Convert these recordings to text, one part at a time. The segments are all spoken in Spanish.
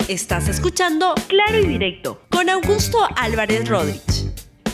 Estás escuchando Claro y Directo con Augusto Álvarez Rodríguez.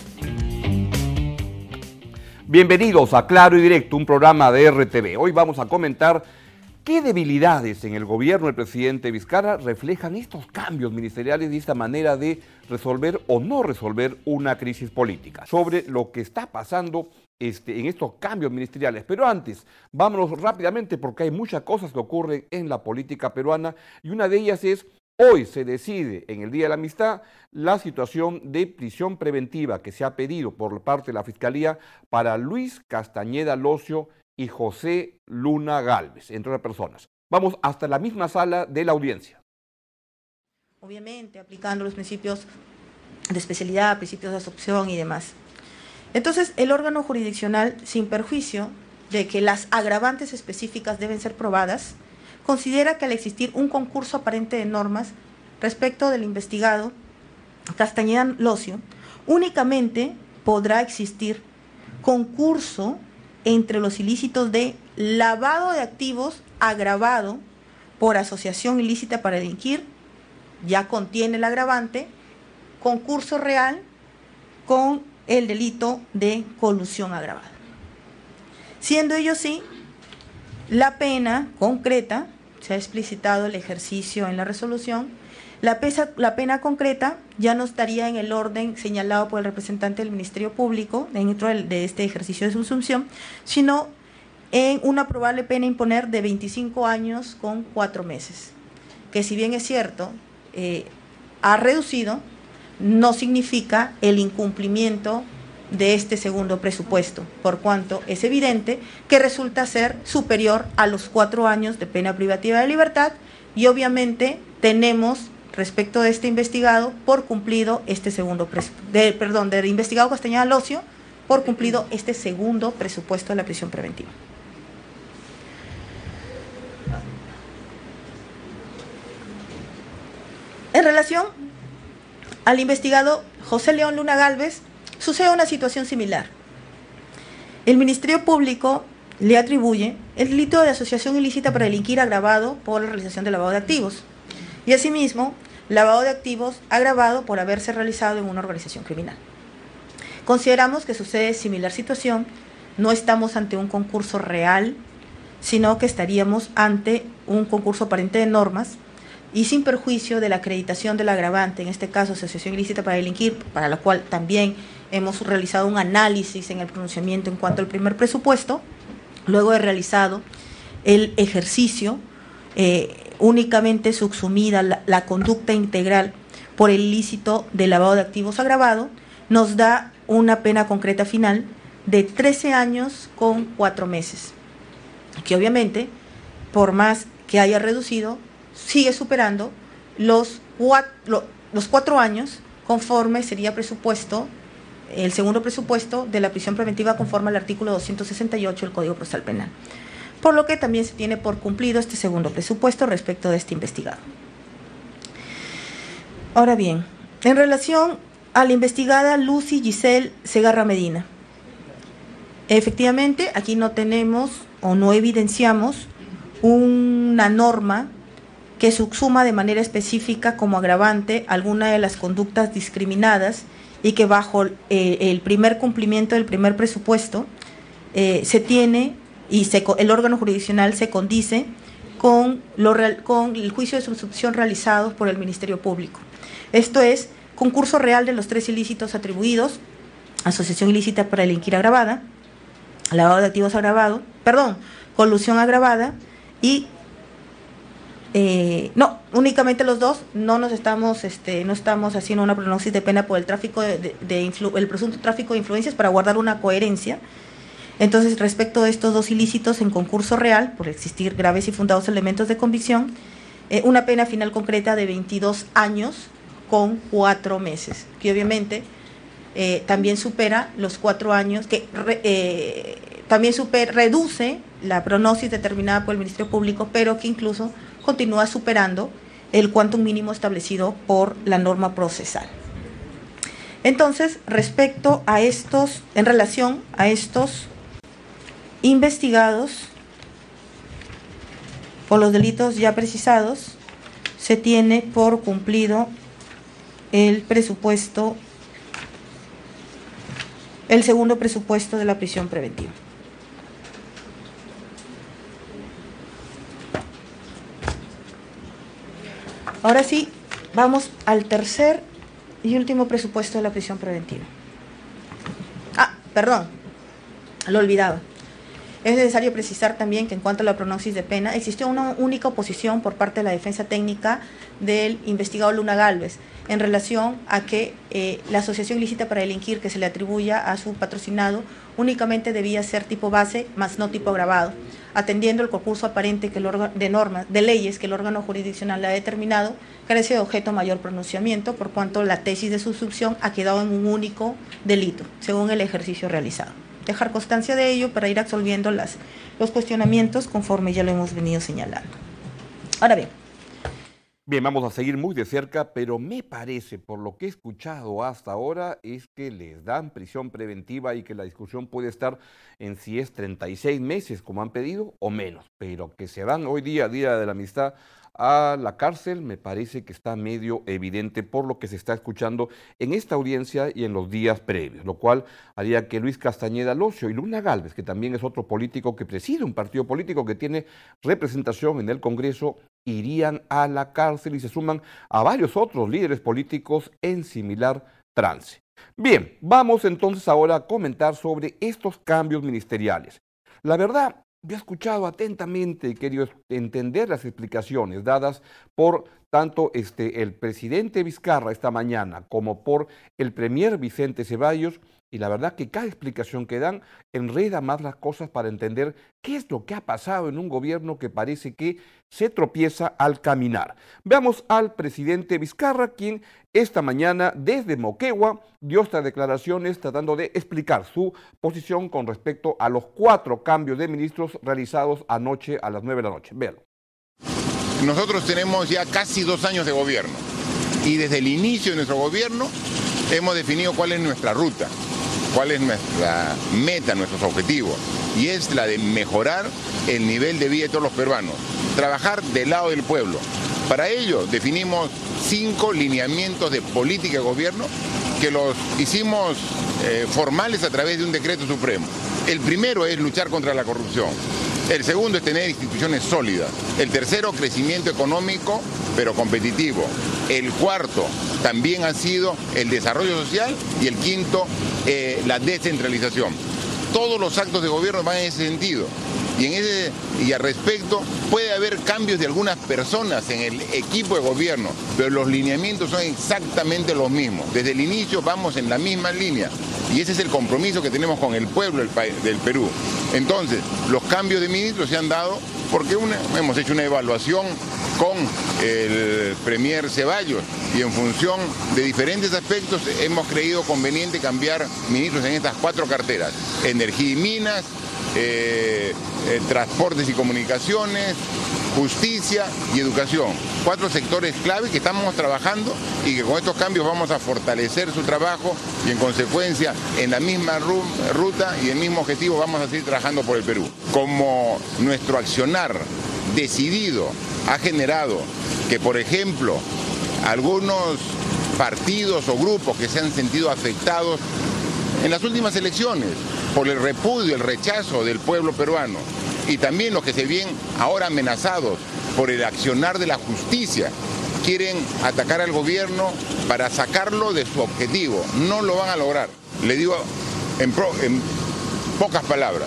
Bienvenidos a Claro y Directo, un programa de RTV. Hoy vamos a comentar qué debilidades en el gobierno del presidente Vizcarra reflejan estos cambios ministeriales y esta manera de resolver o no resolver una crisis política. Sobre lo que está pasando en estos cambios ministeriales. Pero antes, vámonos rápidamente porque hay muchas cosas que ocurren en la política peruana y una de ellas es: hoy se decide, en el Día de la Amistad, la situación de prisión preventiva que se ha pedido por parte de la Fiscalía para Luis Castañeda Locio y José Luna Gálvez, entre otras personas. Vamos hasta la misma sala de la audiencia. Obviamente, aplicando los principios de especialidad, principios de asunción y demás. Entonces, el órgano jurisdiccional, sin perjuicio de que las agravantes específicas deben ser probadas, considera que al existir un concurso aparente de normas respecto del investigado Castañeda Locio, únicamente podrá existir concurso entre los ilícitos de lavado de activos agravado por asociación ilícita para delinquir, ya contiene el agravante, concurso real con el delito de colusión agravada. Siendo ello así, la pena concreta, se ha explicitado el ejercicio en la resolución, la pena concreta ya no estaría en el orden señalado por el representante del Ministerio Público dentro de este ejercicio de subsunción, sino en una probable pena a imponer de 25 años con 4 meses, que si bien es cierto, ha reducido, no significa el incumplimiento de este segundo presupuesto, por cuanto es evidente que resulta ser superior a los 4 años de pena privativa de libertad y obviamente tenemos respecto de este investigado por cumplido este segundo del investigado Castañeda Locio por cumplido este segundo presupuesto de la prisión preventiva. En relación al investigado José León Luna Gálvez, sucede una situación similar. El Ministerio Público le atribuye el delito de asociación ilícita para delinquir agravado por la realización de lavado de activos y asimismo lavado de activos agravado por haberse realizado en una organización criminal. Consideramos que sucede similar situación, no estamos ante un concurso real, sino que estaríamos ante un concurso aparente de normas y sin perjuicio de la acreditación del agravante, en este caso asociación ilícita para delinquir, para la cual también hemos realizado un análisis en el pronunciamiento en cuanto al primer presupuesto, luego de realizado el ejercicio, únicamente subsumida la conducta integral por el ilícito de lavado de activos agravado, nos da una pena concreta final de 13 años con 4 meses, que obviamente, por más que haya reducido, sigue superando los 4 años conforme sería presupuesto, el segundo presupuesto de la prisión preventiva conforme al artículo 268 del Código Procesal Penal. Por lo que también se tiene por cumplido este segundo presupuesto respecto de este investigado. Ahora bien, en relación a la investigada Lucy Giselle Segarra Medina, efectivamente aquí no tenemos o no evidenciamos una norma que subsuma de manera específica como agravante alguna de las conductas discriminadas y que bajo el primer cumplimiento del primer presupuesto se tiene y el órgano jurisdiccional se condice con el juicio de subsunción realizado por el Ministerio Público. Esto es concurso real de los 3 ilícitos atribuidos, asociación ilícita para delinquir agravada, lavado de activos agravado, colusión agravada y únicamente los dos, no estamos haciendo una prognosis de pena por el tráfico el presunto tráfico de influencias para guardar una coherencia. Entonces, respecto de estos 2 ilícitos en concurso real, por existir graves y fundados elementos de convicción, una pena final concreta de 22 años con 4 meses, que obviamente también supera los 4 años, que reduce la prognosis determinada por el Ministerio Público, pero que incluso continúa superando el quantum mínimo establecido por la norma procesal. Entonces, respecto a en relación a estos investigados por los delitos ya precisados, se tiene por cumplido el presupuesto, el segundo presupuesto de la prisión preventiva. Ahora sí, vamos al tercer y último presupuesto de la prisión preventiva. Perdón, lo olvidaba. Es necesario precisar también que en cuanto a la prognosis de pena, existió una única oposición por parte de la defensa técnica del investigado Luna Gálvez en relación a que la asociación ilícita para delinquir que se le atribuya a su patrocinado únicamente debía ser tipo base, más no tipo agravado, atendiendo el concurso aparente que de leyes que el órgano jurisdiccional ha determinado, carece de objeto mayor pronunciamiento, por cuanto la tesis de sustracción ha quedado en un único delito, según el ejercicio realizado. Dejar constancia de ello para ir absolviendo los cuestionamientos conforme ya lo hemos venido señalando. Ahora bien, vamos a seguir muy de cerca, pero me parece, por lo que he escuchado hasta ahora, es que les dan prisión preventiva y que la discusión puede estar en si es 36 meses, como han pedido, o menos. Pero que se van hoy día, Día de la Amistad, a la cárcel, me parece que está medio evidente por lo que se está escuchando en esta audiencia y en los días previos, lo cual haría que Luis Castañeda Locio y Luna Gálvez, que también es otro político que preside un partido político que tiene representación en el Congreso, irían a la cárcel y se suman a varios otros líderes políticos en similar trance. Bien, vamos entonces ahora a comentar sobre estos cambios ministeriales. La verdad, yo he escuchado atentamente y querido entender las explicaciones dadas por tanto el presidente Vizcarra esta mañana como por el premier Vicente Ceballos, y la verdad que cada explicación que dan enreda más las cosas para entender qué es lo que ha pasado en un gobierno que parece que se tropieza al caminar. Veamos al presidente Vizcarra, quien esta mañana desde Moquegua dio estas declaraciones tratando de explicar su posición con respecto a los 4 cambios de ministros realizados anoche a las 9 de la noche. Véalo. Nosotros tenemos ya casi 2 años de gobierno y desde el inicio de nuestro gobierno hemos definido cuál es nuestra ruta, cuál es nuestra meta, nuestros objetivos, y es la de mejorar el nivel de vida de todos los peruanos, trabajar del lado del pueblo. Para ello definimos 5 lineamientos de política de gobierno que los hicimos formales a través de un decreto supremo. El primero es luchar contra la corrupción. El segundo es tener instituciones sólidas. El tercero, crecimiento económico, pero competitivo. El cuarto también ha sido el desarrollo social y el quinto, la descentralización. Todos los actos de gobierno van en ese sentido. Y al respecto, puede haber cambios de algunas personas en el equipo de gobierno, pero los lineamientos son exactamente los mismos. Desde el inicio vamos en la misma línea. Y ese es el compromiso que tenemos con el pueblo del Perú. Entonces, los cambios de ministros se han dado porque hemos hecho una evaluación con el premier Ceballos y en función de diferentes aspectos hemos creído conveniente cambiar ministros en estas 4 carteras: energía y minas, transportes y comunicaciones, justicia y educación. 4 sectores clave que estamos trabajando y que con estos cambios vamos a fortalecer su trabajo y en consecuencia en la misma ruta y el mismo objetivo vamos a seguir trabajando por el Perú. Como nuestro accionar decidido ha generado que, por ejemplo, algunos partidos o grupos que se han sentido afectados en las últimas elecciones por el repudio, el rechazo del pueblo peruano, y también los que se ven ahora amenazados por el accionar de la justicia, quieren atacar al gobierno para sacarlo de su objetivo. No lo van a lograr. Le digo en pocas palabras,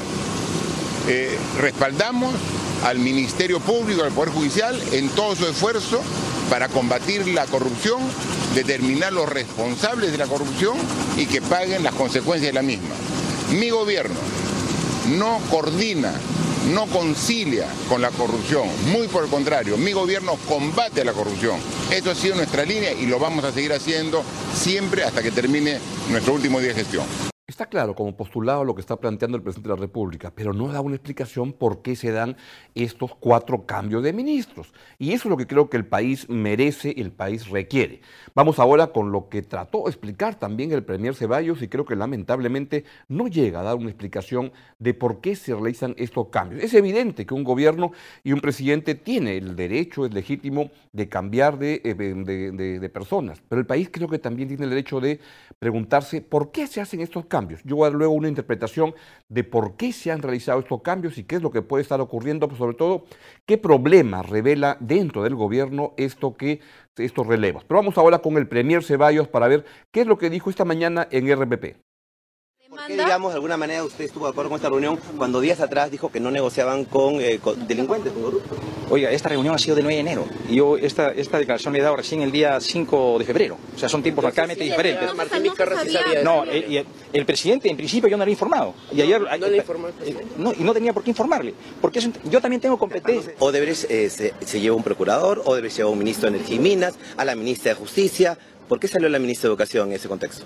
respaldamos al Ministerio Público, al Poder Judicial, en todo su esfuerzo para combatir la corrupción, determinar los responsables de la corrupción y que paguen las consecuencias de la misma. Mi gobierno no coordina, no concilia con la corrupción, muy por el contrario, mi gobierno combate la corrupción. Eso ha sido nuestra línea y lo vamos a seguir haciendo siempre hasta que termine nuestro último día de gestión. Está claro como postulado lo que está planteando el presidente de la República, pero no da una explicación por qué se dan estos 4 cambios de ministros. Y eso es lo que creo que el país merece y el país requiere. Vamos ahora con lo que trató de explicar también el premier Ceballos y creo que lamentablemente no llega a dar una explicación de por qué se realizan estos cambios. Es evidente que un gobierno y un presidente tiene el derecho, es legítimo, de cambiar de personas, pero el país creo que también tiene el derecho de preguntarse por qué se hacen estos cambios. Yo voy a dar luego una interpretación de por qué se han realizado estos cambios y qué es lo que puede estar ocurriendo, pero sobre todo qué problema revela dentro del gobierno estos relevos. Pero vamos ahora con el premier Ceballos para ver qué es lo que dijo esta mañana en RPP. ¿Por qué, digamos, de alguna manera usted estuvo de acuerdo con esta reunión cuando días atrás dijo que no negociaban con delincuentes, con grupos? Oiga, esta reunión ha sido del 9 de enero y yo esta declaración le he dado recién el día 5 de febrero. O sea, son tiempos radicalmente diferentes. No, el presidente, en principio, yo no le he informado. Y ayer, ¿No le informó el presidente? No, y no tenía por qué informarle. Porque yo también tengo competencia. Odebrecht se lleva un procurador, Odebrecht lleva un ministro de Energía y Minas, a la ministra de Justicia. ¿Por qué salió la ministra de Educación en ese contexto?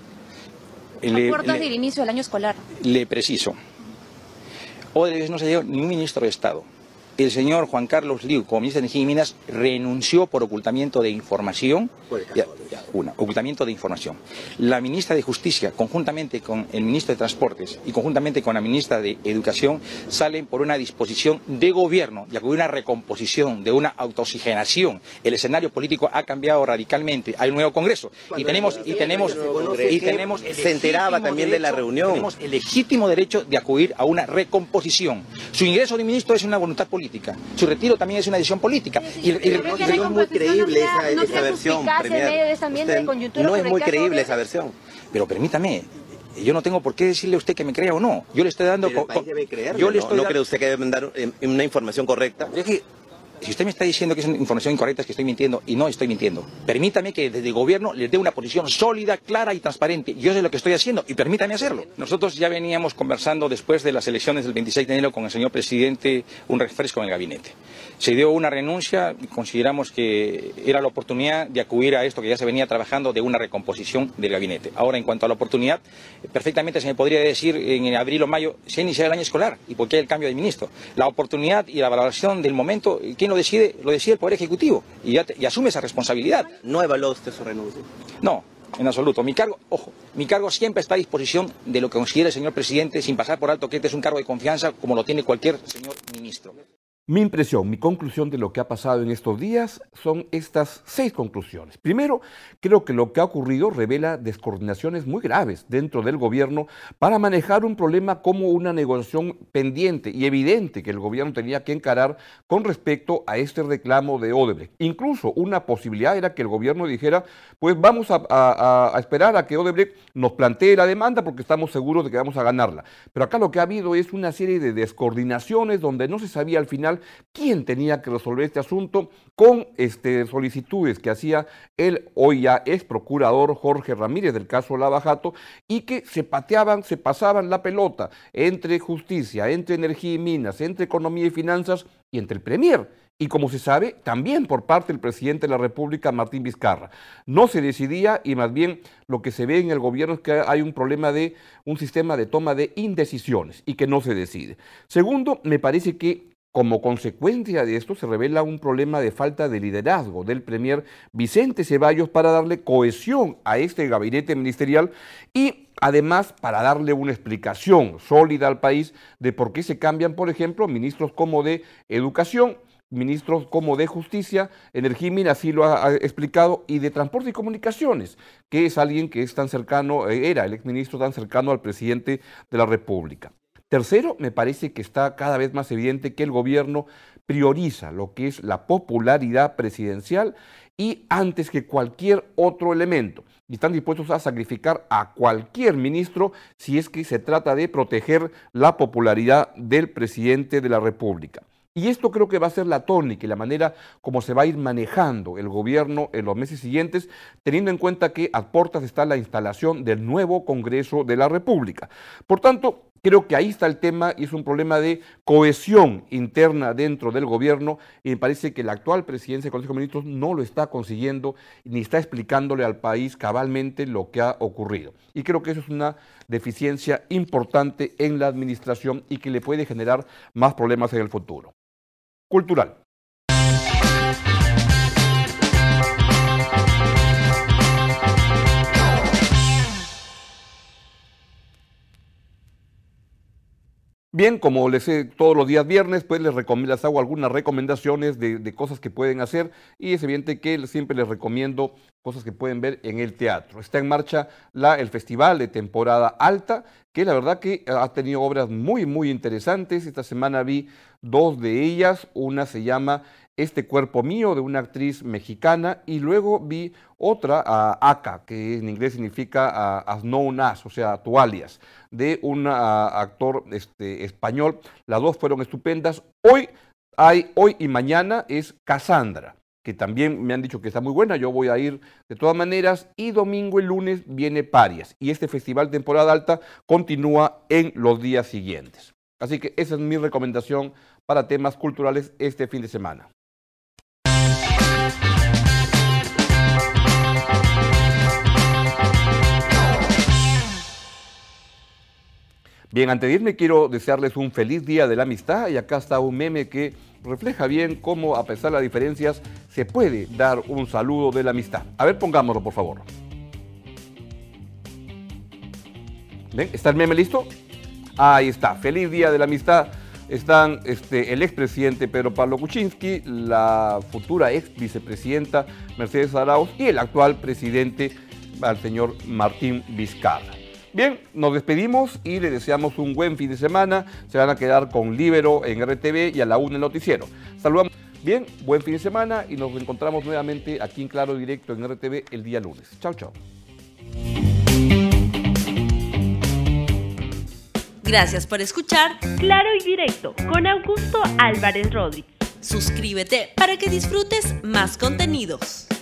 A puertas del inicio del año escolar. Le preciso. Odebrecht no se llevó ni un ministro de Estado. El señor Juan Carlos Liu, como ministro de Energía y Minas, renunció por ocultamiento de información. Ocultamiento de información. La ministra de Justicia, conjuntamente con el ministro de Transportes y conjuntamente con la ministra de Educación, salen por una disposición de gobierno y con una recomposición, de una autooxigenación. El escenario político ha cambiado radicalmente. Hay un nuevo Congreso y tenemos se enteraba también de la reunión. Tenemos el legítimo derecho de acudir a una recomposición. Su ingreso de ministro es una voluntad política. Su retiro también es una decisión política. No es muy creíble esa versión, premier. No es muy creíble esa versión. Pero permítame, yo no tengo por qué decirle a usted que me crea o no. Yo le estoy dando... Pero el país debe creerle, ¿no cree usted que debe dar una información correcta? Es que, si usted me está diciendo que es una información incorrecta, es que estoy mintiendo, y no estoy mintiendo. Permítame que desde el gobierno les dé una posición sólida, clara y transparente. Yo sé lo que estoy haciendo, y permítame hacerlo. Nosotros ya veníamos conversando después de las elecciones del 26 de enero con el señor presidente, un refresco en el gabinete. Se dio una renuncia y consideramos que era la oportunidad de acudir a esto que ya se venía trabajando de una recomposición del gabinete. Ahora, en cuanto a la oportunidad, perfectamente se me podría decir en abril o mayo se inicia el año escolar y por qué el cambio de ministro. La oportunidad y la valoración del momento, ¿quién lo decide? Lo decide el Poder Ejecutivo y asume esa responsabilidad. ¿No evaluó usted su renuncia? No. En absoluto. Mi cargo siempre está a disposición de lo que considere el señor presidente, sin pasar por alto que este es un cargo de confianza como lo tiene cualquier señor ministro. Mi impresión, mi conclusión de lo que ha pasado en estos días son estas 6 conclusiones. Primero, creo que lo que ha ocurrido revela descoordinaciones muy graves dentro del gobierno para manejar un problema como una negociación pendiente y evidente que el gobierno tenía que encarar con respecto a este reclamo de Odebrecht. Incluso una posibilidad era que el gobierno dijera, pues vamos a esperar a que Odebrecht nos plantee la demanda porque estamos seguros de que vamos a ganarla. Pero acá lo que ha habido es una serie de descoordinaciones donde no se sabía al final quién tenía que resolver este asunto con solicitudes que hacía el hoy ya ex procurador Jorge Ramírez del caso Lava Jato y que se pasaban la pelota entre justicia, entre energía y minas, entre economía y finanzas y entre el premier. Y como se sabe, también por parte del presidente de la República, Martín Vizcarra. No se decidía y más bien lo que se ve en el gobierno es que hay un problema de un sistema de toma de indecisiones y que no se decide. Segundo, me parece que como consecuencia de esto se revela un problema de falta de liderazgo del premier Vicente Ceballos para darle cohesión a este gabinete ministerial y además para darle una explicación sólida al país de por qué se cambian, por ejemplo, ministros como de Educación, ministros como de Justicia, Energía y Minas, así lo ha explicado, y de Transporte y Comunicaciones, que es alguien que es tan cercano, era el exministro tan cercano al presidente de la República. Tercero, me parece que está cada vez más evidente que el gobierno prioriza lo que es la popularidad presidencial y antes que cualquier otro elemento. Y están dispuestos a sacrificar a cualquier ministro si es que se trata de proteger la popularidad del presidente de la República. Y esto creo que va a ser la tónica y la manera como se va a ir manejando el gobierno en los meses siguientes, teniendo en cuenta que a puertas está la instalación del nuevo Congreso de la República. Por tanto, Creo que ahí está el tema y es un problema de cohesión interna dentro del gobierno y me parece que la actual presidencia del Consejo de Ministros no lo está consiguiendo ni está explicándole al país cabalmente lo que ha ocurrido. Y creo que eso es una deficiencia importante en la administración y que le puede generar más problemas en el futuro. Cultural. Bien, como les sé todos los días viernes, pues les hago algunas recomendaciones de cosas que pueden hacer y es evidente que siempre les recomiendo cosas que pueden ver en el teatro. Está en marcha el festival de temporada alta, que la verdad que ha tenido obras muy, muy interesantes. Esta semana vi 2 de ellas, una se llama Este cuerpo mío, de una actriz mexicana, y luego vi otra, Aka, que en inglés significa as known as, o sea, tu alias, de un actor español. Las 2 fueron estupendas. Hoy y mañana es Cassandra, que también me han dicho que está muy buena, yo voy a ir de todas maneras, y domingo y lunes viene Parias, y este festival de temporada alta continúa en los días siguientes. Así que esa es mi recomendación para temas culturales este fin de semana. Bien, antes de irme quiero desearles un feliz día de la amistad y acá está un meme que refleja bien cómo a pesar de las diferencias se puede dar un saludo de la amistad. A ver, pongámoslo por favor. ¿Ven? ¿Está el meme listo? Ahí está, feliz día de la amistad. Están el expresidente Pedro Pablo Kuczynski, la futura ex vicepresidenta Mercedes Arauz y el actual presidente, el señor Martín Vizcarra. Bien, nos despedimos y les deseamos un buen fin de semana. Se van a quedar con Líbero en RTV y a la 1 el noticiero. Saludamos. Bien, buen fin de semana y nos encontramos nuevamente aquí en Claro Directo en RTV el día lunes. Chao, chao. Gracias por escuchar Claro y Directo con Augusto Álvarez Rodríguez. Suscríbete para que disfrutes más contenidos.